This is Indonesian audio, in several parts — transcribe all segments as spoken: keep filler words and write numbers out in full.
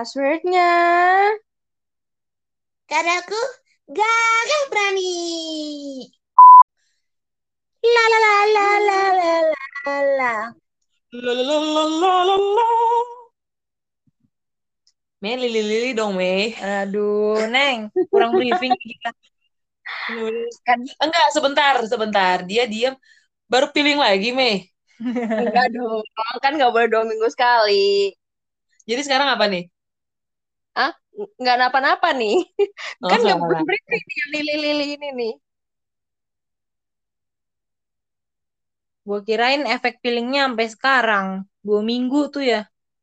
Passwordnya. Karena aku gagah berani. La la la la la la la la. Lalalalalalala. Mei, lili-lili dong, Mei. Aduh, Neng, kurang briefing kita. Kan enggak, sebentar, sebentar. Dia diam. Baru feeling lagi, Mei. Enggak dong, kan nggak boleh dua minggu sekali. Jadi sekarang apa nih? Ah, nggak napa-napa nih. Oh, Kan nggak belum enggak. briefing nih yang lili-lili ini nih. Gue kirain efek feelingnya sampai sekarang. Dua minggu tuh ya.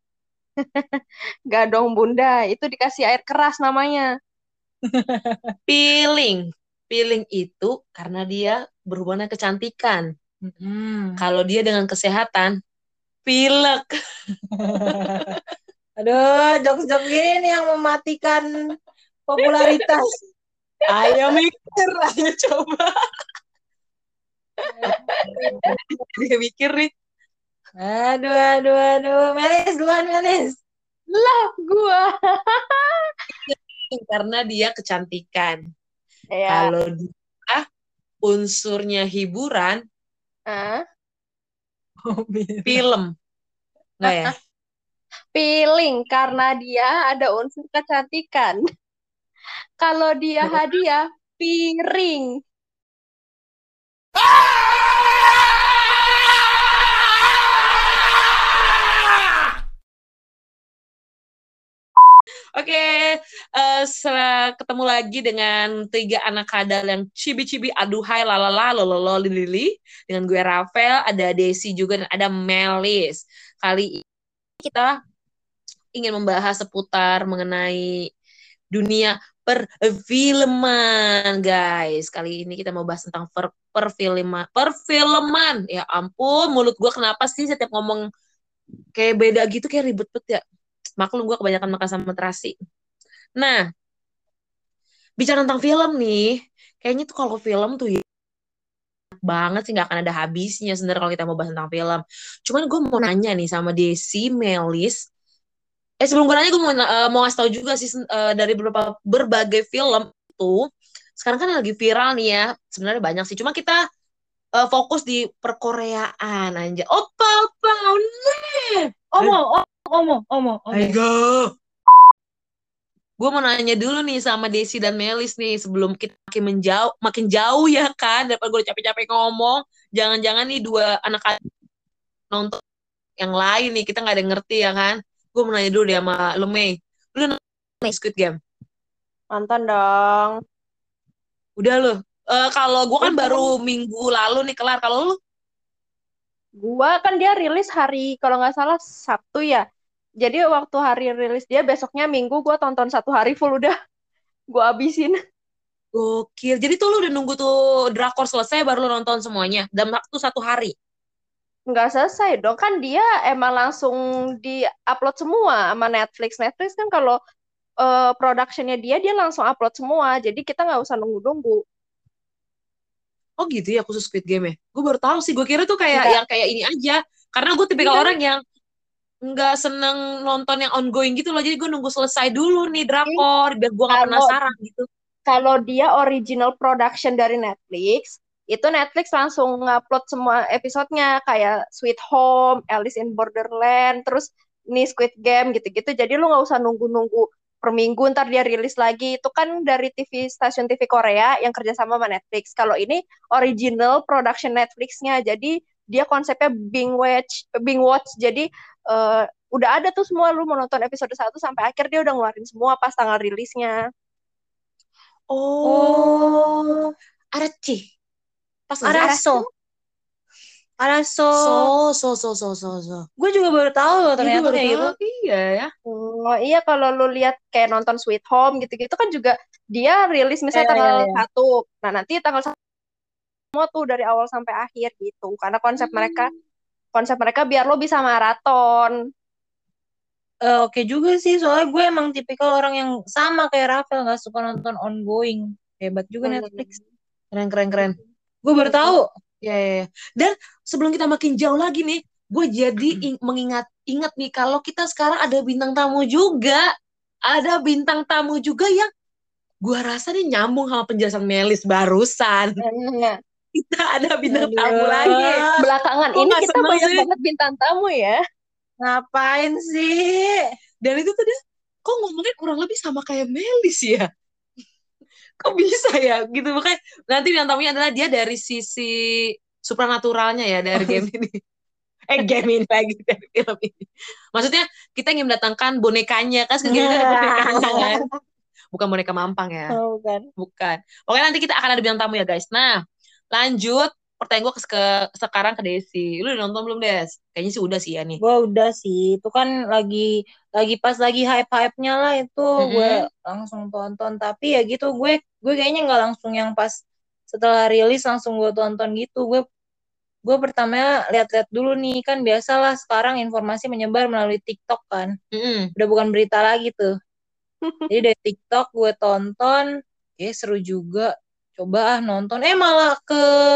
Gak dong, Bunda. Itu dikasih air keras namanya. Feeling. Feeling itu karena dia berhubungan dengan kecantikan. Hmm. Kalau dia dengan kesehatan, pilek. Aduh, jokes-jokes gini nih yang mematikan popularitas. Ayo mikir, ayo coba. Dia mikir nih. Aduh, aduh, aduh. Melis, duluan, Melis. Lah, gua. Karena dia kecantikan. Ya. Kalau dia unsurnya hiburan, Ah, film. Enggak ya? feeling karena dia ada unsur kecantikan. Kalau dia hadiah, piring. Oke, eh, setelah ketemu lagi dengan tiga anak kadal yang cibi-cibi, aduhai, lalala, lololo, lili, dengan gue Rafael, ada Desi juga, dan ada Melis. Kali ini kita ingin membahas seputar mengenai dunia perfilman, guys. Kali ini kita mau bahas tentang per perfilman. Perfilman, ya ampun, mulut gue kenapa sih setiap ngomong kayak beda gitu, kayak ribet banget ya. Maklum gue kebanyakan makan sama terasi. Nah, bicara tentang film nih, kayaknya tuh kalau film tuh ya banget sih, nggak akan ada habisnya sebenarnya kalau kita mau bahas tentang film. Cuman gue mau nanya nih sama Desi, Melis. Eh sebelum gue nanya, gue mau uh, mau ngasih tahu juga sih, uh, dari beberapa berbagai film tuh sekarang kan lagi viral nih ya. Sebenarnya banyak sih. Cuma kita uh, fokus di perkoreaan aja. Opa, opa, ne. Omo, omo, omo, omo, omo. Ayo. Gue mau nanya dulu nih sama Desi dan Melis nih, sebelum kita makin menjauh, makin jauh ya kan, daripada gue capek-capek ngomong. Jangan-jangan nih dua anak nonton yang lain nih, kita nggak ada yang ngerti ya kan. Gue mau nanya dulu deh sama lo, Mei. Lu nonton Squid Game? Nonton dong. Udah lo. Uh, kalau gue kan Udah. baru minggu lalu nih kelar. Kalau lu? Gua kan dia rilis hari, kalau nggak salah Sabtu ya. Jadi waktu hari rilis dia besoknya Minggu, gua tonton satu hari full udah. Gua habisin. Gokil. Jadi tuh lu udah nunggu tuh drakor selesai baru lu nonton semuanya dalam waktu satu hari? Nggak selesai dong. Kan dia emang langsung di-upload semua sama Netflix. Netflix kan kalau uh, productionnya dia, dia langsung upload semua. Jadi kita nggak usah nunggu-nunggu. Oh gitu ya, khusus Squid Game ya? Gue baru tahu sih. Gue kira tuh kayak Enggak, yang kayak ini aja. Karena gue tipikal enggak. orang yang nggak seneng nonton yang ongoing gitu loh. Jadi gue nunggu selesai dulu nih Ih, drakor biar gue nggak Kalau penasaran gitu. kalau dia original production dari Netflix, itu Netflix langsung ngupload semua episodenya kayak Sweet Home, Alice in Borderland, terus nih Squid Game gitu-gitu. Jadi lu nggak usah nunggu-nunggu per minggu ntar dia rilis lagi. Itu kan dari T V stasiun T V Korea yang kerjasama sama Netflix. Kalau ini original production Netflixnya, jadi dia konsepnya Bing Watch, Bing Watch. Jadi eh, udah ada tuh semua, lu mau nonton episode satu sampai akhir dia udah ngeluarin semua pas tanggal rilisnya. Oh, Oh, Arachi. Pas nggak sih? Araso. Arasu. Araso. So, so, so, so, so, so. Gue juga baru tahu loh Iya, gue ternyata baru kayak gitu. tahu. Iya ya. Oh iya, kalau lu lihat kayak nonton Sweet Home gitu-gitu kan juga dia rilis Iya, misalnya iya, tanggal iya. satu. Nah, nanti tanggal satu semua tuh dari awal sampai akhir gitu. Karena konsep mereka Hmm. konsep mereka biar lo bisa maraton. Eh, Oke juga sih, soalnya gue emang tipikal orang yang sama kayak Rafael, nggak suka nonton ongoing. Hebat juga Netflix. Hmm. Keren, keren, keren. Gue baru tahu. Ya, ya, ya. Dan sebelum kita makin jauh lagi nih, gue jadi ing- mengingat ingat nih kalau kita sekarang ada bintang tamu juga. ada bintang tamu juga yang gua rasa nih nyambung sama penjelasan Melis barusan. Nah, Kita ada bintang tamu lagi. Aduh, belakangan Kok ini nggak kita seneng banyak sih? banget bintang tamu ya. ngapain sih? Dan itu tuh dia kok ngomongnya kurang lebih sama kayak Melis ya. Kok bisa ya gitu. Makanya nanti bintang tamunya adalah dia dari sisi supranaturalnya ya dari game ini. Eh game ini lagi dari film ini. Maksudnya kita ingin mendatangkan bonekanya kan, game ini ada bonekanya kan. Bukan boneka mampang ya. Oh, kan. Bukan. Pokoknya nanti kita akan ada bintang tamu ya guys. Nah, lanjut pertanyaan gue ke, ke sekarang ke Desi. Lu udah nonton belum, Des? Kayaknya sih udah sih ya nih. Gue udah sih, itu kan lagi lagi pas lagi hype-hype-nya lah itu gue Mm-mm. langsung tonton. Tapi ya gitu gue gue kayaknya nggak langsung yang pas setelah rilis langsung gue tonton gitu. Gue gue pertama lihat-lihat dulu nih, kan biasalah sekarang informasi menyebar melalui TikTok kan. Mm-mm. Udah bukan berita lagi tuh. Jadi dari TikTok gue tonton, ya seru juga. Coba ah nonton. Eh malah ke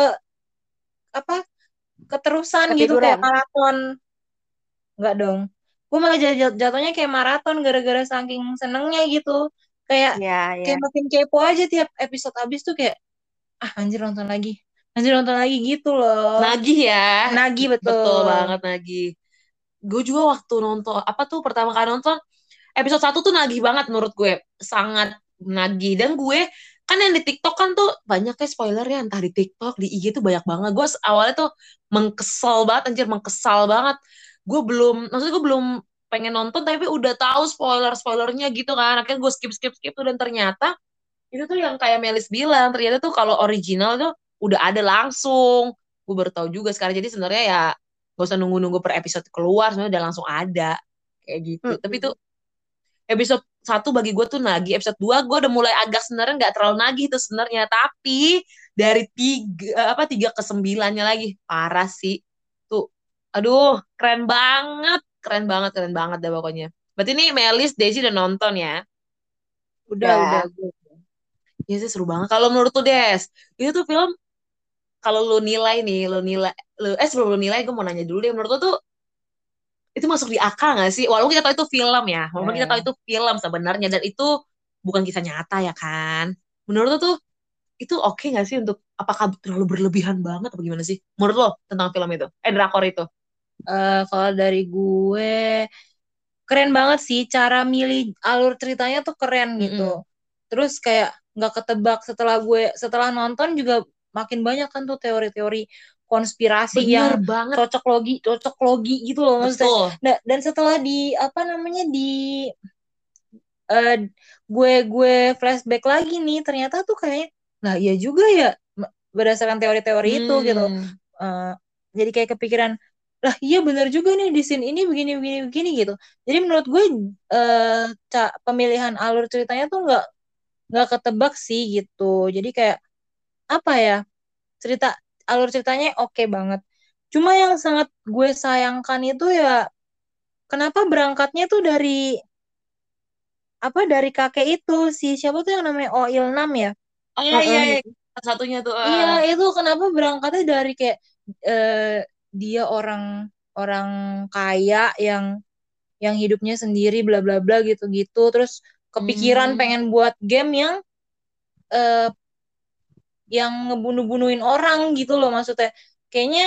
apa? Keterusan gitu kayak Ketiduran. maraton. Enggak dong. Gue malah jat- jat- jatuhnya kayak maraton gara-gara saking senengnya gitu. Kayak Ya, ya. kayak makin kepo aja tiap episode abis tuh kayak ah anjir nonton lagi. Anjir nonton lagi gitu loh. Nagih ya. Nagih Betul betul. banget nagih. Gue juga waktu nonton, apa tuh pertama kali nonton, episode satu tuh nagih banget menurut gue. Sangat nagih. Dan gue, kan yang di TikTok kan tuh banyak kayak spoiler ya. Entah di TikTok, di I G tuh banyak banget. Gue awalnya tuh mengkesal banget, anjir mengkesal banget. Gue belum, maksudnya gue belum pengen nonton, tapi udah tahu spoiler-spoilernya gitu kan. Akhirnya gue skip-skip-skip tuh, dan ternyata itu tuh yang kayak Melis bilang, ternyata tuh kalau original tuh udah ada langsung. Gue baru tahu juga sekarang. Jadi sebenarnya ya gak usah nunggu-nunggu per episode keluar, sebenarnya udah langsung ada kayak gitu. Tapi tuh Mm-mm. episode satu bagi gue tuh nagih, episode dua gue udah mulai agak sebenarnya nggak terlalu nagih tuh sebenarnya, tapi dari tiga apa tiga ke sembilannya lagi parah sih tuh. Aduh, keren banget, keren banget, keren banget deh pokoknya. Berarti nih Melis, Daisy udah nonton ya? Udah udah Udah. gue. Iya sih seru banget. Kalau menurut tuh Des, itu tuh film kalau lu nilai nih, lu nilai, lu eh sebelum lu nilai gue mau nanya dulu deh, menurut lu tuh itu masuk di akal gak sih? Walaupun kita tahu itu film ya, walaupun kita tahu Hmm. itu film sebenarnya dan itu bukan kisah nyata ya kan. Menurut lo tuh itu oke gak sih untuk apakah terlalu berlebihan banget atau gimana sih? Menurut lo tentang film itu? Eh drakor itu? Eh, kalau dari gue keren banget sih cara milih alur ceritanya tuh keren Mm-mm. gitu. Terus kayak nggak ketebak setelah gue setelah nonton juga makin banyak kan tuh teori-teori konspirasi Bener yang banget, cocok logi cocok logi gitu loh maksudnya. betul. Nah, dan setelah di apa namanya di eh, gue gue flashback lagi nih ternyata tuh kayak nah iya juga ya m- berdasarkan teori-teori itu gitu. Hmm. Eh, jadi kayak kepikiran lah iya benar juga nih di scene ini begini begini begini gitu. Jadi menurut gue eh ca- pemilihan alur ceritanya tuh nggak nggak ketebak sih gitu. Jadi kayak apa ya cerita alur ceritanya oke banget. Cuma yang sangat gue sayangkan itu ya kenapa berangkatnya tuh dari apa dari kakek itu si siapa tuh yang namanya Oh Ilnam ya. Oh iya iya, iya. Mm-mm. Satunya tuh. Iya ah. itu kenapa berangkatnya dari kayak eh, dia orang orang kaya yang yang hidupnya sendiri bla bla bla gitu-gitu terus kepikiran Hmm. pengen buat game yang eh, yang ngebunuh-bunuhin orang gitu loh maksudnya kayaknya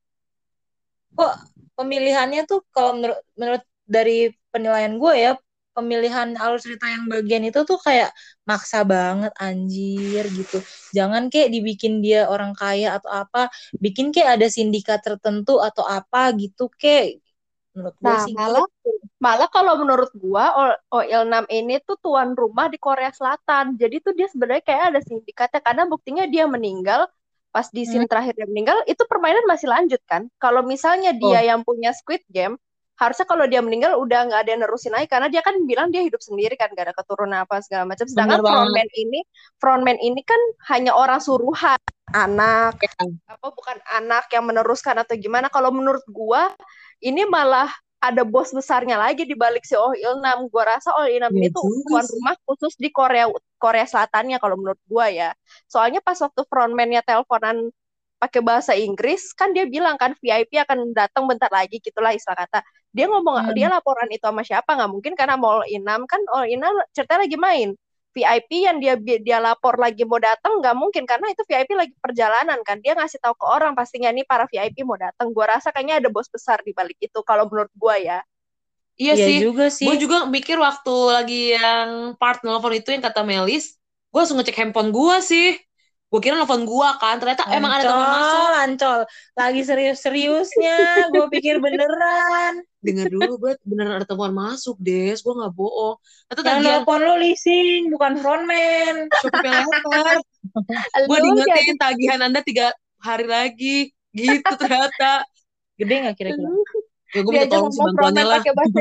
kok pemilihannya tuh kalau menurut menurut dari penilaian gue ya pemilihan alur cerita yang bagian itu tuh kayak maksa banget anjir gitu jangan kayak dibikin dia orang kaya atau apa bikin kayak ada sindikat tertentu atau apa gitu kayak menurut gue Nah, sih malah gitu. malah kalau menurut gua O- OILNAM ini tuh tuan rumah di Korea Selatan. Jadi tuh dia sebenarnya kayak ada sindikatnya karena buktinya dia meninggal pas di Hmm. scene terakhir dia meninggal itu permainan masih lanjut kan. Kalau misalnya dia Oh, yang punya Squid Game, harusnya kalau dia meninggal udah nggak ada yang nerusin lagi karena dia kan bilang dia hidup sendiri kan gak ada keturunan apa segala macam. Bener Sedangkan banget. frontman ini frontman ini kan hanya orang suruhan, anak Ya. apa bukan anak yang meneruskan atau gimana. Kalau menurut gua ini malah ada bos besarnya lagi di balik si Oh Ilnam. Gua rasa Oh Ilnam Iya ini tuh juga tuan sih. rumah khusus di Korea Korea Selatannya kalau menurut gua ya. Soalnya pas waktu frontman-nya teleponan pakai bahasa Inggris, kan dia bilang kan V I P akan datang bentar lagi gitulah istilah kata. Dia ngomong Hmm. dia laporan itu sama siapa? Nggak mungkin karena mau all inam kan all inam ceritanya lagi main. V I P yang dia dia lapor lagi mau datang nggak mungkin karena itu V I P lagi perjalanan kan. Dia ngasih tahu ke orang pastinya nih para V I P mau datang. Gua rasa kayaknya ada bos besar di balik itu kalau menurut gua ya. Iya Iya sih, juga gue sih. juga mikir waktu lagi yang part nelfon itu yang kata Melis, gue langsung ngecek handphone gue sih. Gue kira nelfon gue kan, ternyata emang ada telepon masuk. Ancol, ancol. Lagi serius-seriusnya. Gue pikir beneran. Dengar dulu, gue beneran ada telepon masuk, Des. Gue gak bohong. Atau Yang tagihan nelpon lu leasing, bukan frontman. Shopee Paylater. Gue Lu jadi diingetin tagihan Anda tiga hari lagi. Gitu ternyata. Gede gak kira-kira? lu Ya gue minta diajak tolong sih ngomong bantuannya frontman lah. pakai bahasa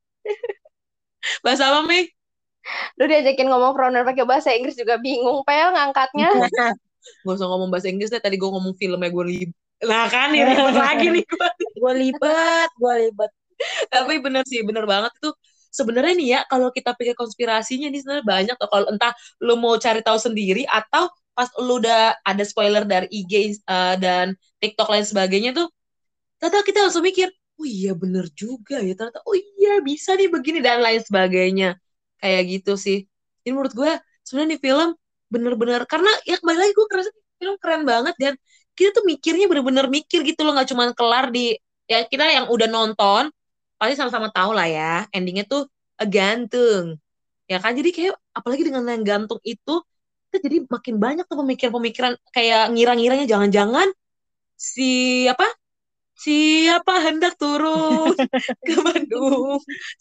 Bahasa apa, Mi? lu diajakin ngomong frontman pakai bahasa Inggris juga bingung pel ngangkatnya. Gak usah ngomong bahasa Inggris deh. Tadi gue ngomong filmnya gue ribet. Nah kan, nih ribet lagi nih gue. Gue libet, gue libet. Tapi bener sih, bener banget itu. Sebenarnya nih ya, kalau kita pikir konspirasinya ini sebenarnya banyak. Kalau entah lu mau cari tahu sendiri atau pas lu udah ada spoiler dari I G uh, dan TikTok lain sebagainya tuh, ternyata kita langsung mikir, oh iya bener juga ya. Ternyata, oh iya bisa nih begini dan lain sebagainya. Kayak gitu sih. Jadi menurut gue, sebenarnya nih film bener-bener, karena ya kembali lagi gue kerasa film keren banget dan kita tuh mikirnya bener-bener mikir gitu loh, nggak cuma kelar di, ya kita yang udah nonton, pasti sama-sama tahu lah ya, endingnya tuh eh, gantung. Ya kan, jadi kayak, apalagi dengan yang gantung itu, kita jadi makin banyak tuh pemikiran-pemikiran, kayak ngira-ngiranya jangan-jangan si apa siapa hendak turun ke Bandung,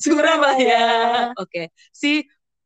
Surabaya. Oke, si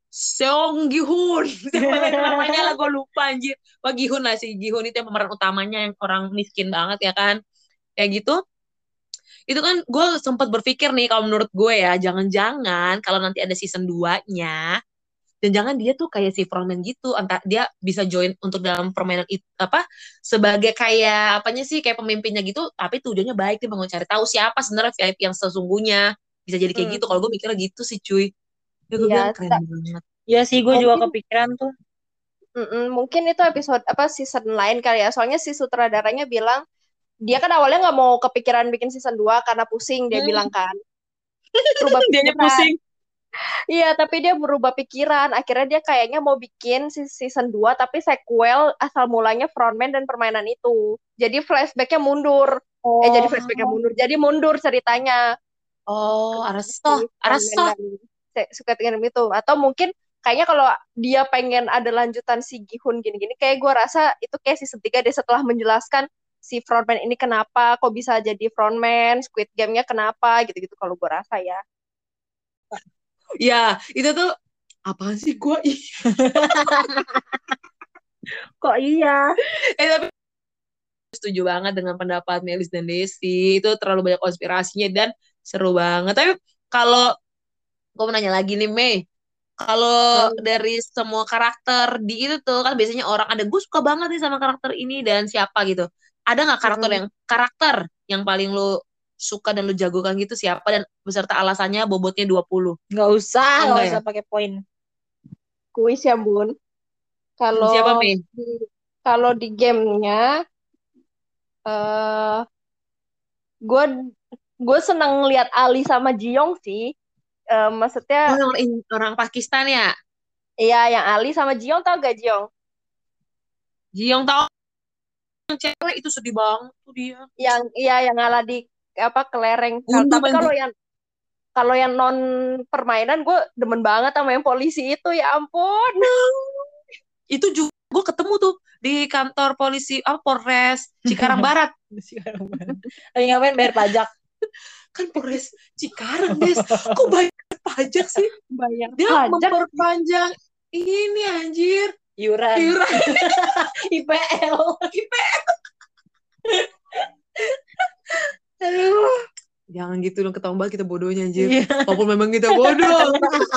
Seong Gi-hun. Siapa lagi namanya lah, gue lupa anjir. Wah, Gi-hun lah, si Gi-hun itu yang pemeran utamanya yang orang miskin banget ya kan. Kayak gitu. Itu kan gue sempat berpikir nih, kalau menurut gue ya, jangan-jangan kalau nanti ada season dua-nya, dan jangan dia tuh kayak si frontman gitu, entah dia bisa join untuk dalam permainan itu apa sebagai kayak apanya sih, kayak pemimpinnya gitu, tapi tujuannya baik, dia mau cari tahu siapa sebenarnya V I P yang sesungguhnya, bisa jadi kayak gitu. Kalau gue Hmm. mikirnya gitu sih cuy, ya gue Iya, bilang keren ta- banget. Iya sih, gue juga mungkin kepikiran tuh. mm-mm, mungkin itu episode apa season lain kali ya. Soalnya si sutradaranya bilang dia kan awalnya nggak mau kepikiran bikin season dua karena pusing dia bilang Hmm, kan. Berubah dianya pikiran. pusing. Iya, tapi dia berubah pikiran. Akhirnya dia kayaknya mau bikin si season dua tapi sequel asal mulanya frontman dan permainan itu. Jadi flashbacknya mundur. Eh jadi Oh, flashbacknya mundur. Jadi mundur ceritanya. Oh, Si Arasa, frontman Arasa. dan se- suka dengan itu. Atau mungkin kayaknya kalau dia pengen ada lanjutan si Gihun gini-gini, kayak gue rasa itu kayak season tiga dia setelah menjelaskan si frontman ini kenapa, kok bisa jadi frontman, Squid Game-nya kenapa, gitu-gitu kalau gue rasa ya. Ya, itu tuh apaan sih gue? kok iya? eh tapi setuju banget dengan pendapat Melis dan Desi. Itu terlalu banyak konspirasinya dan seru banget. Tapi kalau gue mau nanya lagi nih, Mei. Kalau Hmm. dari semua karakter di itu tuh kan biasanya orang ada gue suka banget nih sama karakter ini dan siapa gitu. Ada nggak karakter Mm-mm. yang karakter yang paling lu suka dan lu jagokan gitu siapa, dan beserta alasannya bobotnya dua puluh? Nggak usah, Oh, nggak enggak ya? usah pakai poin. Kuis ya, Bun. Hmm, siapa, Kalau Mei? di, kalau di gamenya, eh gue gue seneng lihat Ali sama Jiyoung sih. Eh, Oh, maksudnya, orang, orang Pakistan ya? iya yang Ali sama Jiyoung tau gak Jiyoung? Jiyoung tau, yang cewek itu sedih banget tuh dia. Yang iya yang ngalah di apa kelereng. Kal- Gundu Tapi main kalau gundu. yang kalau yang non permainan gue demen banget sama yang polisi itu ya ampun. Itu juga gue ketemu tuh di kantor polisi apa Polres Cikarang Barat. Lagi ngapain bayar pajak? Kan Polres Cikarang, Des. Kok bayar pajak sih? Bayar Dia pajak. memperpanjang ini anjir. Iuran. Iuran. I P L. I P L. Aduh. Jangan gitu dong, ketahuan banget kita bodohnya anjir. Iya. Walaupun memang kita bodoh.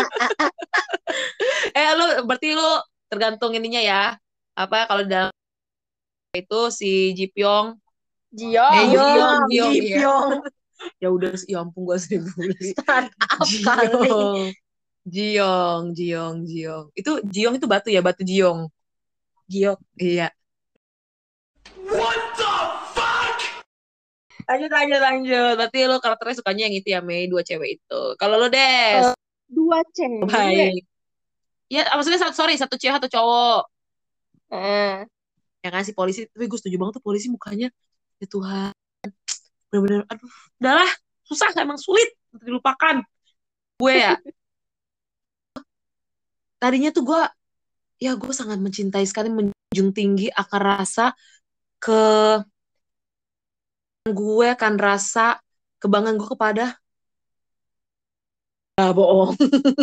eh lo berarti lo tergantung ininya ya. Apa kalau dalam itu si Ji Pyong. Eh, Jiyoung. Jiyoung, Jiyoung, iya. Jipyong. Ya udah, ya ampun gue sering bully. Startup kali. Jiyoung. Jiyoung, Jiyoung, Jiyoung. Itu Jiyoung itu batu ya, batu Jiyoung. Giok. Iya. What the Lanjut, lanjut, lanjut. Berarti lo karakternya sukanya yang itu ya, Mei, dua cewek itu. Kalau lo, Eh, Des? dua cewek. Baik. Ya, maksudnya, satu- sorry, satu cewek, satu cowok. Eh, Ya kan, si polisi. Tapi gue setuju banget tuh, polisi mukanya. Ya Tuhan. Bener-bener, aduh. Udahlah, susah, emang sulit untuk dilupakan. Gue ya, tadinya tuh gue, ya gue sangat mencintai sekali, menjunjung tinggi akan rasa ke gue, akan rasa kebanggaan gue kepada, ah, bohong.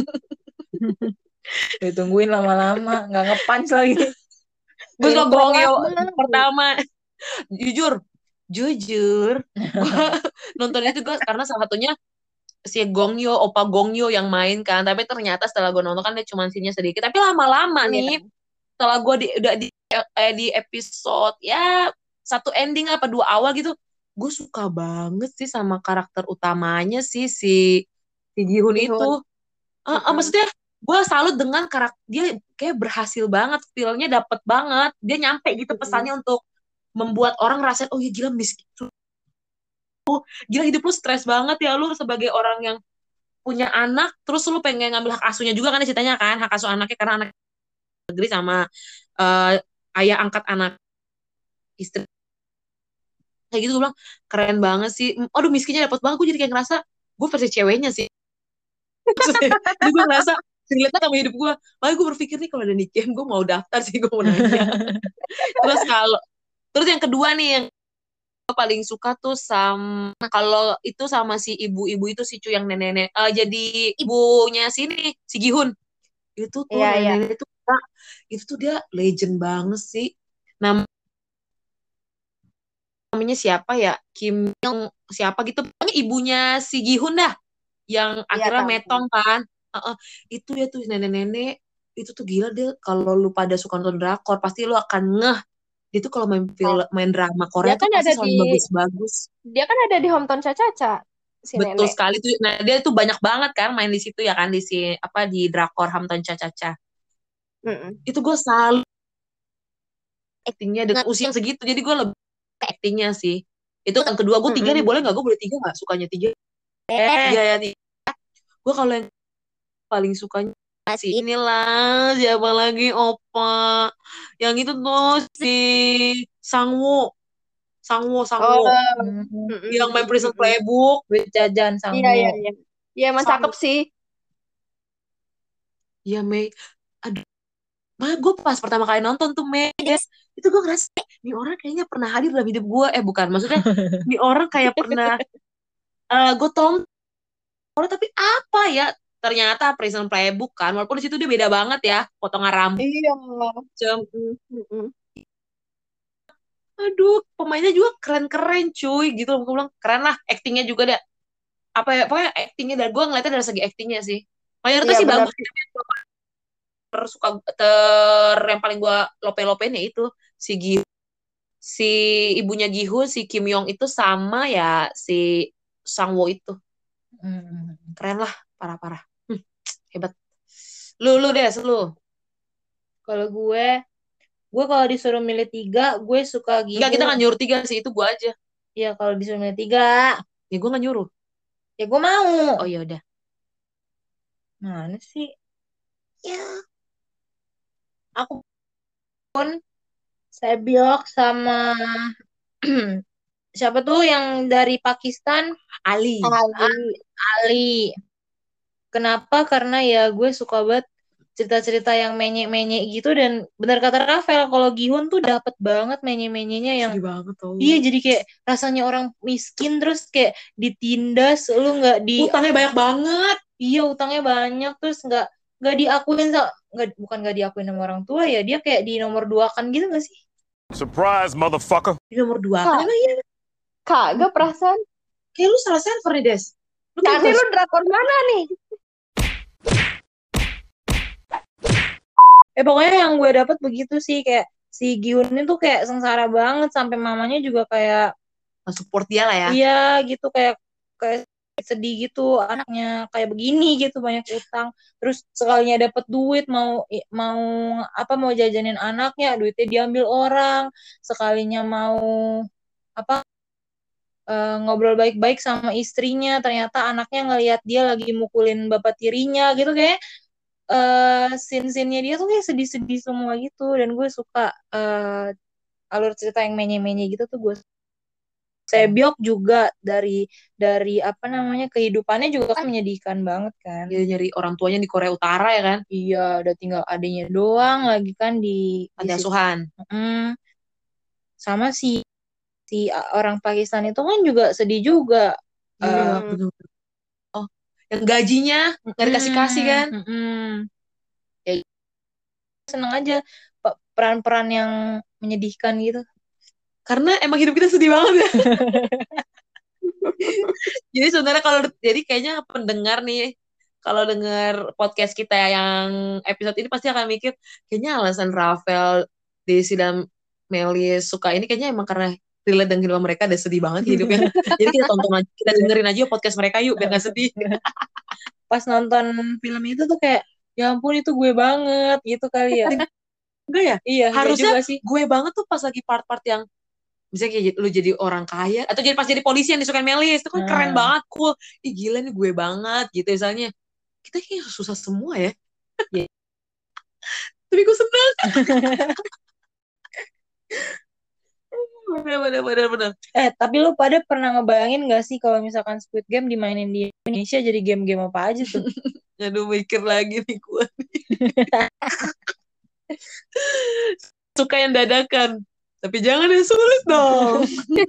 Ditungguin lama-lama, nggak ngepunch lagi. Gue suka intro Gongyo lama. pertama. Jujur, jujur, gue nonton itu gue karena salah satunya si Gongyo, Opa Gongyo yang main kan. Tapi ternyata setelah gue nonton kan dia cuma scene-nya sedikit. Tapi lama-lama Iya. nih, setelah gue di, udah di, eh, di episode ya satu ending apa dua awal gitu, gue suka banget sih sama karakter utamanya sih si si Gihun itu. Bihun. Ah, ah, Mm-mm. maksudnya gue salut dengan karakter dia, kayak berhasil banget, feel-nya dapet banget, dia nyampe gitu Mm-mm. pesannya untuk membuat orang ngerasain, oh ya gila miskin, gila hidup lu stres banget ya, lu sebagai orang yang punya anak terus lu pengen ngambil hak asuhnya juga kan ceritanya kan, hak asuh anaknya karena anak negeri sama eh, ayah angkat anak istri kayak gitu. Gue bilang keren banget sih, aduh miskinnya dapet banget, gue jadi kayak ngerasa gue versi ceweknya sih. Maksudnya jadi gue ngerasa relate sama hidup gue, makanya gue berpikir nih kalau ada nikah gue mau daftar sih, gue mau nanya. Terus kalau terus yang kedua nih yang gue paling suka tuh sama, kalau itu sama si ibu-ibu itu, si Cu yang nenek-nenek, eh, jadi ibunya sini si Gihun itu tuh, Iya, iya. nenek-nenek itu Kak, itu tuh dia legend banget sih. Nam- Namanya siapa ya, Kim Yong siapa gitu, pokoknya ibunya si Gihun dah yang Iya, akhirnya tahu. metong kan. Heeh, itu ya tuh nenek-nenek itu tuh gila deh, kalau lu pada suka nonton drakor pasti lu akan ngeh dia tuh kalau main film, main drama Dia Korea tuh kan pasti ada di selalu bagus-bagus. dia kan ada di Hometown Caca-Caca si Betul nenek. sekali tuh. Nah, dia tuh banyak banget kan main di situ ya kan, di si apa di drakor Hamton Cha-Cha-Cha. Mm-mm. Itu gue selalu actingnya dengan usia yang segitu. Jadi gue lebih ke actingnya sih. Itu yang kedua, gue tiga nih, Mm-mm. boleh nggak? Gue boleh tiga nggak? Sukanya tiga. Tiga ya tiga. Gue kalau yang paling sukanya si inilah siapa lagi opa. Yang itu tuh si Sangwoo. Sangwoo, Oh, Sangwoo. Hmm, Yang main mm-mm. Prison Mm-mm. Playbook. Duit jajan Iya, iya, sanggup. iya. Iya, emang Sang, cakep sih. ya Mei. Aduh, mah gue pas pertama kali nonton tuh Medes, itu gue ngerasa "Eh, ini orang kayaknya pernah hadir dalam hidup gue, eh bukan, maksudnya ini orang kayak pernah uh, gue tonton tapi apa ya, ternyata Prison Playbook kan, walaupun di situ dia beda banget ya, potongan rambut Iya. jam, Mm-mm. Mm-mm. aduh pemainnya juga keren-keren cuy gitu, gue bilang keren lah, actingnya juga deh, apa ya, pokoknya actingnya, dan gue ngeliatnya dari segi actingnya sih mayoritas Iya, sih benar bagus. sih. Tersuka ter yang paling gue lope-lopein ya itu si Gi, si ibunya Gihun, si Kim Yong itu sama ya si Sangwo itu. Hmm. Keren lah, parah-parah. Hmm, hebat. Lu, lu deh, lu. Kalau gue, gue kalau disuruh milih tiga, gue suka Enggak, kita Gihun. nggak nyuruh tiga sih, itu gue aja. Ya kalau disuruh milih tiga, Ya gue nggak nyuruh. ya gue mau. Oh ya udah. Mana sih? Ya, aku pun Sebyok sama siapa tuh yang dari Pakistan? Ali. Ah, Ali. Ali. Kenapa? Karena ya gue suka banget cerita-cerita yang menye-menye gitu, dan benar kata Rafael, kalau Gihun tuh dapet banget menye-menyenya yang Sedih banget tau. iya, jadi kayak rasanya orang miskin terus kayak ditindas, lu nggak di Utangnya banyak banget. iya utangnya banyak, terus nggak nggak diakuin sa- nggak bukan nggak diakuin sama orang tua, ya dia kayak di nomor dua kan gitu nggak sih? Surprise, motherfucker. Di nomor dua kan Kak, emang iya. kagak perasaan. Kayak lu salah server nih, Des. Lu kayak Tadi bukan. lu drakor mana nih? Eh pokoknya yang gue dapet begitu sih, kayak si Gihun itu kayak sengsara banget sampai mamanya juga kayak Support dia lah ya. iya gitu, kayak kayak sedih gitu anaknya kayak begini gitu, banyak utang, terus sekalinya dapet duit mau mau apa mau jajanin anaknya, duitnya diambil orang, sekalinya mau apa uh, ngobrol baik-baik sama istrinya, ternyata anaknya ngelihat dia lagi mukulin bapak tirinya gitu, kayak uh, scene-scene-nya dia tuh kayak sedih-sedih semua gitu, dan gue suka uh, alur cerita yang menye-menye gitu tuh gue. Sebyok juga dari dari apa namanya kehidupannya juga kan menyedihkan banget kan. Dia nyari orang tuanya di Korea Utara ya kan? Iya, udah tinggal adiknya doang lagi kan di Panti asuhan. Hmm, sama si si orang Pakistan itu kan juga sedih juga. Iya, Uh, bener. Oh, yang gajinya nggak dikasih-kasih kan? mm-mm. Ya, seneng aja pe- peran-peran yang menyedihkan gitu. Karena emang hidup kita sedih banget ya. Jadi sebenarnya kalau jadi kayaknya pendengar nih kalau dengar podcast kita yang episode ini pasti akan mikir kayaknya alasan Rafael, Desi dan Melis suka ini kayaknya emang karena relate dengan hidup mereka, udah sedih banget hidupnya. Jadi kita tonton aja, kita dengerin aja podcast mereka yuk biar gak sedih. Pas nonton film itu tuh kayak ya ampun itu gue banget gitu kali ya. Enggak ya? Iya, harusnya iya juga sih. Gue banget tuh pas lagi part-part yang misalnya kayak lu jadi orang kaya atau jadi pas jadi polisi yang disukain Melis itu kan Nah. keren banget, cool. Ih gila nih gue banget gitu misalnya. Kita kayak susah semua ya. Yeah. Tapi gue seneng. bener bener bener bener. Eh tapi lu pada pernah ngebayangin gak sih kalau misalkan Squid Game dimainin di Indonesia jadi game-game apa aja tuh? Aduh mikir lagi nih gue nih. Suka yang dadakan. Tapi jangan yang sulit dong.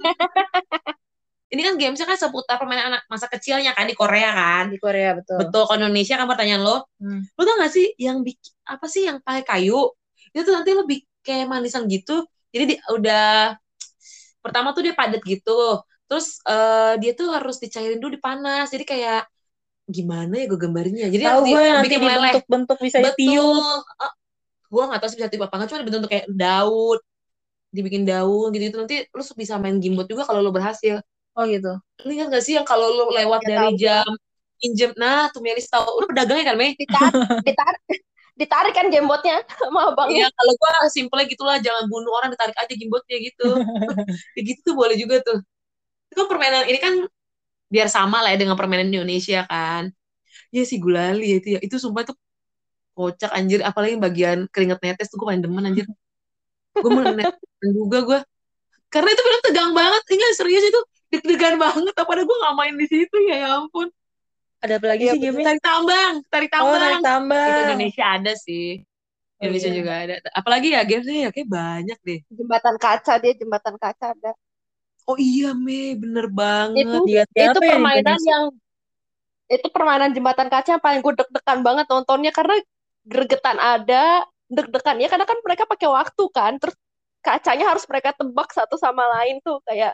Ini kan gamesnya kan seputar permainan anak masa kecilnya kan di Korea kan. Di Korea betul. Betul, kalau Indonesia kan pertanyaan lo. Hmm. Lo tau gak sih yang bikin apa sih yang pakai kayu? Itu tuh nanti lebih kayak manisan gitu. Jadi di, udah pertama tuh dia padat gitu. Terus uh, dia tuh harus dicairin dulu dipanas. Jadi kayak gimana ya gue gambarnya. Jadi tahu gue nanti bikin meleleh. Bentuk-bentuk bisa ditiup. Uh, gue gak tahu sih bisa tiup apa enggak, cuma bentuk kayak daun. Dibikin daun gitu, gitu. Nanti lo bisa main gimbot juga kalau lo berhasil. Oh gitu. Lu ingat gak sih yang kalau lu lewat ya, dari jam pinjem, nah tuh Melis tahu, lu pedagangnya kan Mei? Ditarik, ditarik, ditarik kan gimbotnya sama abangnya. Iya, kalau gua simple gitulah, jangan bunuh orang, ditarik aja gimbotnya gitu. Kayak gitu tuh boleh juga tuh. Itu kan permainan ini kan biar sama lah ya dengan permainan Indonesia kan. Iya sih gulali ya itu ya, itu sumpah tuh kocak anjir, apalagi bagian keringet netes tuh gue paling demen anjir. Gue mau netes juga gue, karena itu bener tegang banget, enggak serius itu. Deg-degan banget, apalagi gue gak main di situ ya, ya ampun. Ada apa lagi ya, sih game-nya? Tarik tambang, tarik tambang. Oh, tarik tambang. Itu Indonesia ada sih. Indonesia oh, iya. juga ada. Apalagi ya gamesnya ya kayak banyak deh. Jembatan kaca dia, jembatan kaca ada. Oh iya Mei, bener banget. Itu, itu permainan ya, yang itu permainan jembatan kaca yang paling gue deg-degan banget nontonnya karena gregetan ada, deg-degannya karena kan mereka pakai waktu kan, terus kacanya harus mereka tebak satu sama lain tuh kayak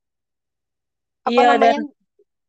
apa iya, namanya? Dan...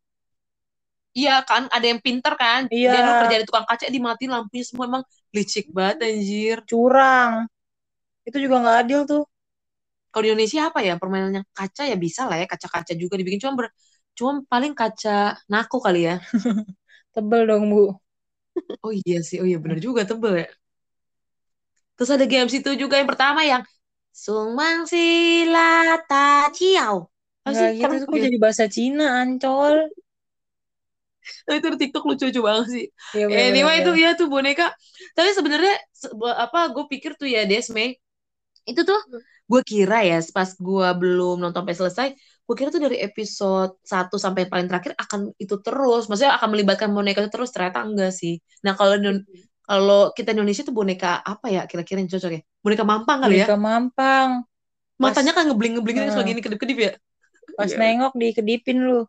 Iya kan, ada yang pinter kan. Iya. Dia kerja di tukang kaca, dimatiin lampunya semua, emang licik banget anjir. Curang. Itu juga gak adil tuh. Kalau di Indonesia apa ya, permainan yang kaca ya bisa lah ya, kaca-kaca juga dibikin. Cuma, ber... Cuma paling kaca naku kali ya. Tebel dong Bu. Oh iya sih, oh iya bener juga tebel ya. Terus ada games itu juga yang pertama yang Sungmang Sila Ta Ciao. Nggak gitu, itu kok jadi bahasa Cina, Ancol. Nah, itu di TikTok lucu-lucu banget sih. Ya, eh, anyway itu ya tuh boneka. Tapi sebenarnya apa gue pikir tuh ya Desme, itu tuh gue kira ya pas gue belum nonton sampai selesai, gue kira tuh dari episode satu sampai yang paling terakhir akan itu terus. Maksudnya akan melibatkan boneka itu terus, ternyata enggak sih. Nah kalau kalau kita Indonesia tuh boneka apa ya kira-kira yang cocok ya? Boneka mampang kali ya? Boneka mampang. Matanya kan ngebling-ngeblingin terus lagi ini kedip-kedip ya? Pas yeah. nengok dikedipin lu.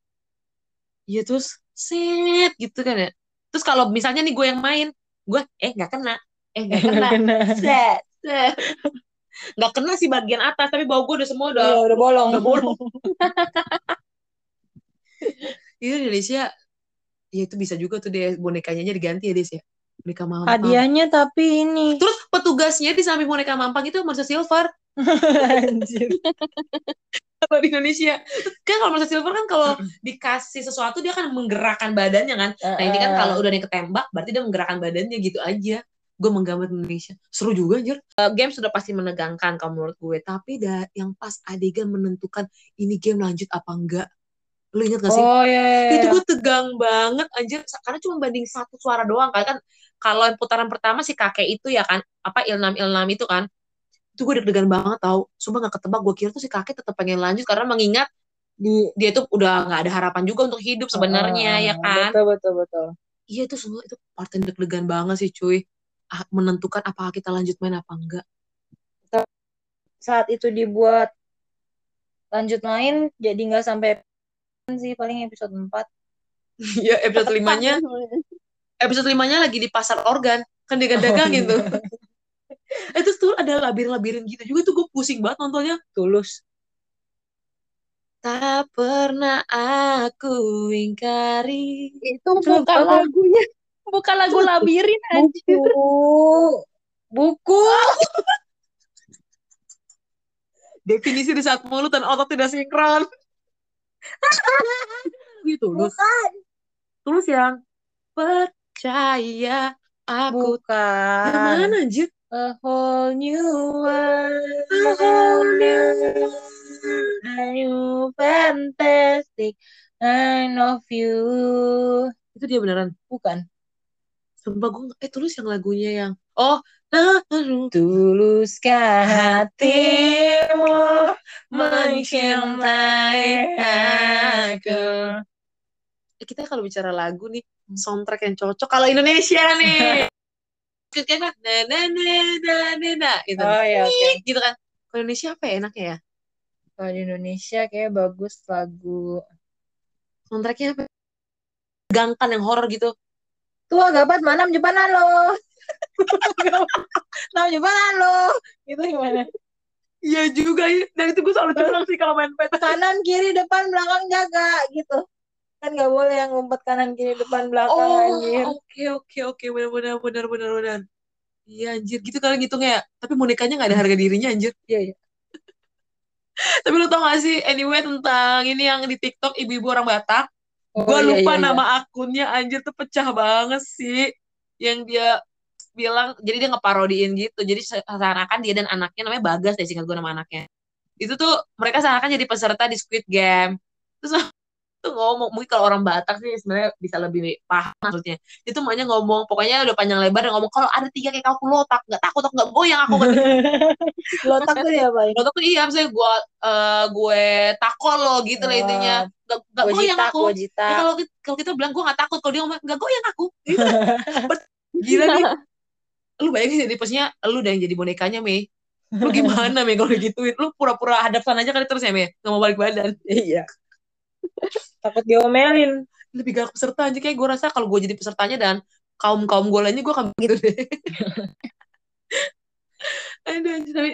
Iya terus set gitu kan ya. Terus kalau misalnya nih gue yang main, gue eh nggak kena, eh nggak kena, kena. set, set. Nggak kena sih bagian atas, tapi bau gue udah semua udah, iya, udah bolong, udah bolong. Itu Indonesia, ya itu bisa juga tuh deh bonekanya aja diganti ya Des ya. Boneka mampang. Hadiahnya tapi ini. Terus petugasnya di samping boneka mampang itu Marcel Silver. Anjir. Kalau di Indonesia kan kalau Marcel Silver kan kalau dikasih sesuatu dia kan menggerakkan badannya kan. Nah ini kan kalau udah nih ketembak berarti dia menggerakkan badannya gitu aja. gue menggambar Indonesia. Seru juga anjir. Uh, game sudah pasti menegangkan kalau menurut gue, tapi da, yang pas adegan menentukan ini game lanjut apa enggak, lu ingat gak sih? Oh iya, iya, Itu iya. gue tegang banget anjir, karena cuma banding satu suara doang kan. Kan kalau yang putaran pertama si kakek itu ya kan, apa Ilnam Ilnam itu kan, itu gue deg-degan banget tau. Sumpah gak ketebak, gue kira tuh si kakek tetap pengen lanjut karena mengingat Di dia tuh udah nggak ada harapan juga untuk hidup sebenarnya, ya uh, kan? betul betul betul. Iya itu semua itu part yang deg-degan banget sih cuy. Ah, menentukan apakah kita lanjut main apa enggak. Saat itu dibuat lanjut main jadi nggak sampai sih, paling episode empat. Iya episode limanya, episode limanya lagi di pasar organ kan dagang-dagangin tuh. Itu tuh ada labirin-labirin gitu juga tuh, gue pusing banget nontonnya. Tulus. Tak pernah aku ingkari. Itu bukan apa? lagunya. Bukan lagu Labirin anjir. Buku. Buku. Definisi di saat mulut dan otot tidak sinkron. Gitu Tulus. Bukan. Tulus yang percaya aku. Bukan. Yang mana anjir? A whole new world. A whole new A new fantastic kind of you. Itu dia beneran. Bukan. Sumpah gue eh Tulus yang lagunya yang oh nah Tuluskah hatimu mencintai aku. Eh, kita kalau bicara lagu nih, soundtrack yang cocok kalau Indonesia nih. Kan na na na na na na gitu. Oh ya oke. Okay. Gitu kan. Kalau Indonesia apa ya enaknya ya? Kalau di Indonesia kayak bagus lagu. Soundtracknya apa? Gangkan yang horor gitu. Tua gabat manam jepanan lo. Nam jepanan lo. Itu gimana? Iya juga ya. Dan itu gue selalu curang sih kalau main peta. Kanan kiri depan belakang jaga gitu. Kan nggak boleh yang ngumpet kanan kiri depan belakang oh, anjir. Oke oke oke benar benar benar benar benar. Iya anjir gitu kalian ngitungnya. Tapi bonekanya nggak ada harga dirinya anjir. Iya iya. Tapi lo tau gak sih anyway tentang ini yang di TikTok ibu-ibu orang Batak. Oh, gue iya, lupa iya, nama iya. akunnya anjir tuh pecah banget sih. Yang dia bilang, jadi dia ngeparodiin gitu. Jadi seakan-akan dia dan anaknya namanya Bagas deh singkat gue nama anaknya. Itu tuh mereka seakan jadi peserta di Squid Game. Terus tuh ngomong, mungkin kalau orang Batak sih sebenarnya bisa lebih paham maksudnya. Itu makanya ngomong, pokoknya udah panjang lebar dan ngomong kalau ada tiga kayak aku lotak, nggak takut atau nggak goyang aku. Lotak tuh ya apa? Lotak tuh iya, misalnya gue uh, gue takol lo gitu lah intinya. Nggak nggak goyang aku. Ya, kalau kalau kita bilang gue nggak takut, kalau dia ngomong nggak goyang aku. Gitu. Gila nih. Lu bayangin jadi posnya lu udah yang jadi bonekanya Mei. Lu gimana Mei kalau gituin? Lu pura-pura hadap sana aja kali terus ya Mei, nggak mau balik badan. Iya. Takut diomelin. Lebih galak peserta aja kayak gue rasa kalau gue jadi pesertanya dan kaum kaum gue lainnya gue akan gitu deh. Aduh anjir, tapi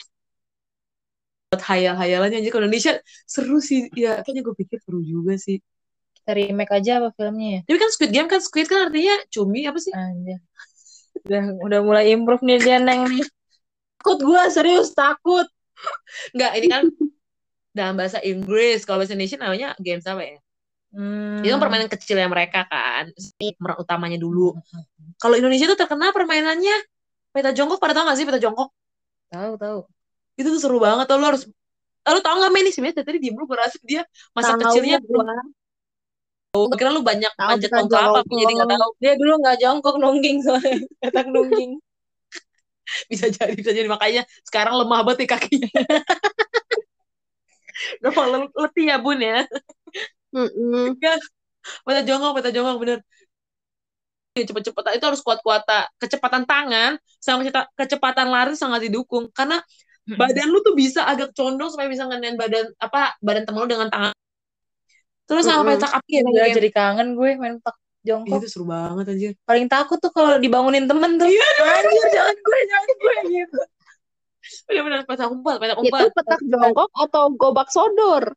buat hayal-hayalannya aja kalau Indonesia seru sih ya, kayaknya gue pikir seru juga sih. Kita remake aja apa filmnya ya? Tapi kan Squid Game kan Squid kan artinya cumi apa sih? Anjir. Udah udah mulai improve nih dia Neng nih. Takut gue serius takut. Enggak, ini kan dalam bahasa Inggris, kalau bahasa Indonesia namanya games apa ya? Hmm. Itu kan permainan kecilnya mereka kan, pemeran utamanya dulu. Kalau Indonesia tuh terkenal permainannya peta jongkok, pada tau gak sih peta jongkok? Tahu tahu. Itu tuh seru banget tuh, lo harus. Lo tau gak Mei nih sebenarnya tadi diem lu berasa dia masa tau, kecilnya. Gue kira lu banyak manjat pohon kelapa, jadi nggak tahu. Dia dulu nggak jongkok nungging soalnya, kata nungging. Bisa jadi, bisa jadi makanya sekarang lemah banget nih kakinya. Gampang letih ya bun ya. Mm-mm. Peta jongkok, peta jongkok bener. Cepet-cepet itu harus kuat-kuat. Kecepatan tangan sama kecepatan lari sangat didukung karena badan lu tuh bisa agak condong supaya bisa ngenain badan apa badan temen lu dengan tangan. Terus sama petak api ya, jadi kangen gue main petak jongkok. Itu seru banget anjir. Paling takut tuh kalau dibangunin temen tuh. Iya, anjir jangan gue, jangan gue gitu. Bener-bener petak umpal, petak umpal. Itu petak jongkok atau gobak sodor?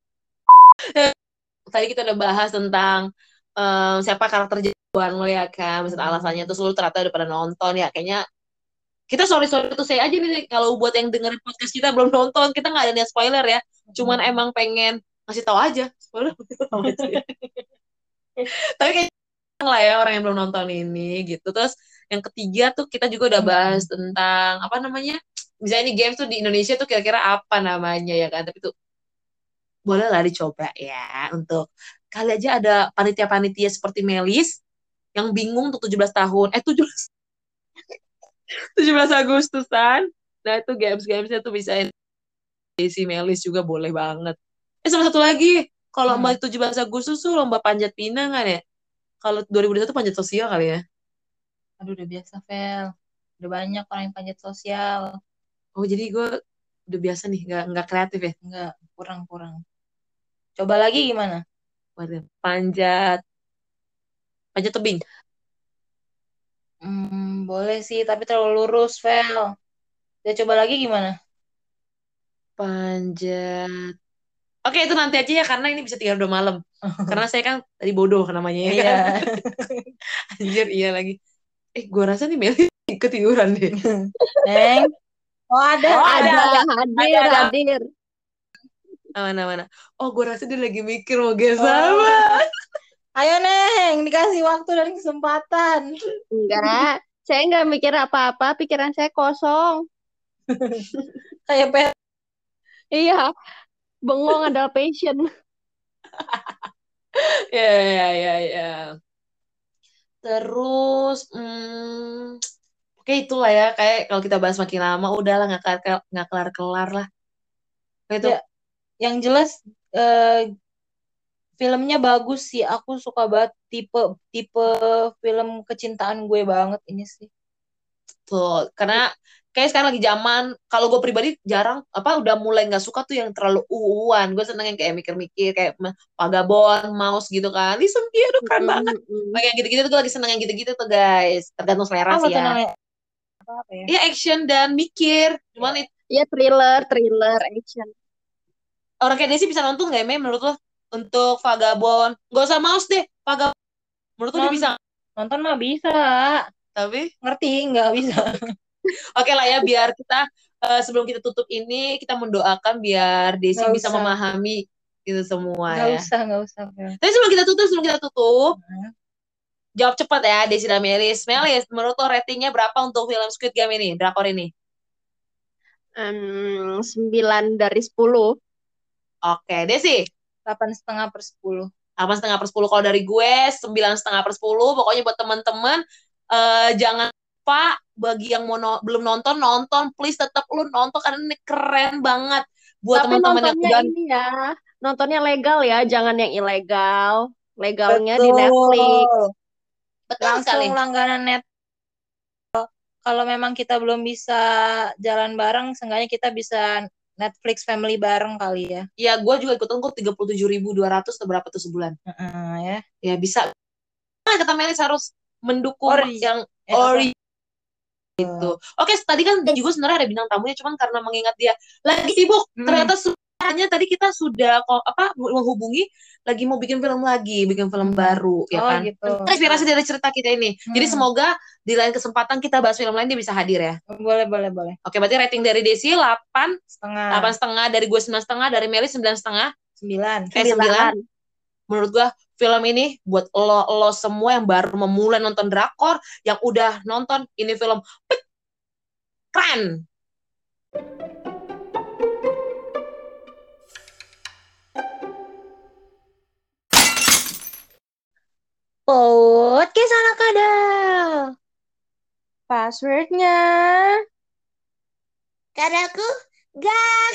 Tadi kita udah bahas tentang um, siapa karakter jagoan lo ya kan, maksud alasannya terus lu ternyata udah pada nonton ya, kayaknya kita sorry sorry tuh saya aja nih kalau buat yang dengerin podcast kita belum nonton, kita nggak ada niat spoiler ya, cuman hmm. emang pengen ngasih tahu aja spoiler tahu aja ya. Tapi kayak lah ya orang yang belum nonton ini gitu. Terus Yang ketiga tuh kita juga udah Hmm. bahas tentang apa namanya? Misalnya ini games tuh di Indonesia tuh kira-kira apa namanya ya kan? Tapi tuh boleh lah dicoba ya untuk kali aja ada panitia-panitia seperti Melis yang bingung untuk tujuh belas tahun. Eh tujuh belas tujuh belas Agustusan. Nah, itu games-gamesnya tuh bisa si Melis juga boleh banget. Eh sama satu lagi, kalau Hmm. lomba tujuh belas Agustus tuh lomba panjat pinang kan ya? Kalau dua ribu dua puluh satu panjat sosial kali ya. Aduh udah biasa, Vel. Udah banyak orang yang panjat sosial. Oh, jadi gue udah biasa nih, nggak nggak kreatif ya. Enggak, kurang-kurang. Coba lagi gimana? Waduh, panjat panjat tebing. Hmm, boleh sih, tapi terlalu lurus, Vel. Udah coba lagi gimana? Panjat. Oke, itu nanti aja ya karena ini bisa tiga udah malam. Karena saya kan tadi bodoh namanya ya Iya. kan. Anjir, iya lagi. Eh, gue rasa nih Meli ketiduran deh. Neng. Oh ada, Oh, ada, Ada, ada. hadir, ada. hadir. Mana-mana. Oh, gue rasa dia lagi mikir mau game Oh. sama. Ayo Neng, dikasih waktu dan kesempatan. Enggak, saya enggak mikir apa-apa, pikiran saya kosong. Kayak pe Iya, bengong adalah passion. Ya, ya, ya, ya. Terus, hmm, oke itulah ya. Kayak kalau kita bahas makin lama, udahlah nggak kelar nggak kelar kelar lah. Kayak itu. Ya, yang jelas eh, filmnya bagus sih. Aku suka banget tipe tipe film kecintaan gue banget ini sih. Tuh, karena kayak sekarang lagi zaman. Kalau gue pribadi jarang apa udah mulai nggak suka tuh yang terlalu uuan. Gue seneng yang kayak mikir-mikir kayak Vagabond, Mouse gitu kan. Listen, dia aduh keren banget. Mm-mm. Kayak yang gitu-gitu tuh gue lagi seneng yang gitu-gitu tuh guys. Tergantung selera Apa sih tuh ya. namanya? Apa, apa ya? Iya action dan mikir. Cuman Ya. it- Iya, thriller, thriller, action. orang kayak Desi bisa nonton nggak ya, Mem, menurut lo? Untuk Vagabond. Gak usah Mouse deh. Vagabond. Menurut lo dia Non bisa. nonton mah bisa. Tapi Ngerti nggak bisa. oke lah ya biar kita eh, sebelum kita tutup ini kita mendoakan biar Desi Nggak bisa usah. memahami itu semua Nggak ya. usah, nggak usah. Fel. Tapi sebelum kita tutup, sebelum kita tutup, Nah, jawab cepat ya Desi dan Melis. Melis, menurut lo ratingnya berapa untuk film Squid Game ini, drakor ini? Hmm, sembilan dari sepuluh. Oke, Desi. delapan setengah per sepuluh. Delapan setengah per sepuluh. Kalau dari gue, sembilan setengah per sepuluh. Pokoknya buat teman-teman, eh, jangan lupa bagi yang mau no- belum nonton, nonton. Please tetap lu nonton karena ini keren banget. Buat Tapi teman-teman yang nontonnya udah ini ya, nontonnya legal ya, jangan yang ilegal. Legalnya di Betul. Netflix. betul Langsung sekali. langganan net. Kalau memang kita belum bisa jalan bareng, seenggaknya kita bisa Netflix family bareng kali ya. Ya, gue juga ikutan kok tiga puluh tujuh ribu dua ratus atau berapa tuh sebulan. Heeh, ya. Ya, bisa. Nah, kata Melis harus mendukung Ori. yang Eh, apa? ori gitu. Oke, tadi kan juga sebenarnya ada bintang tamunya, cuman karena mengingat dia lagi sibuk, Hmm. ternyata sebenarnya tadi kita sudah kok apa menghubungi lagi mau bikin film lagi, bikin film Hmm. baru, ya Oh, kan? gitu. Inspirasi dari cerita kita ini. Jadi Hmm. semoga di lain kesempatan kita bahas film lain dia bisa hadir ya. Boleh, boleh, boleh. Oke, berarti rating dari Desi delapan, Setengah. delapan setengah, dari gue sembilan setengah, dari Meli sembilan setengah, Sembilan. eh sembilan. Sembilan. Menurut gue film ini buat lo lo semua yang baru memulai nonton drakor, yang udah nonton ini film keren. Podcast anak kadal. Passwordnya. Kadaku, guys.